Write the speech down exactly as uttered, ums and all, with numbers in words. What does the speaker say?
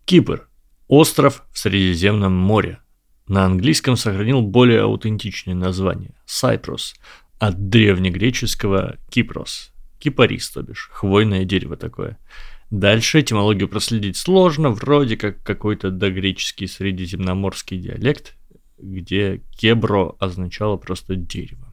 Кипр. Остров в Средиземном море. На английском сохранил более аутентичное название – Cyprus, от древнегреческого «кипрос» – кипарис, то бишь, хвойное дерево такое. Дальше этимологию проследить сложно, вроде как какой-то догреческий средиземноморский диалект, где «кебро» означало просто «дерево».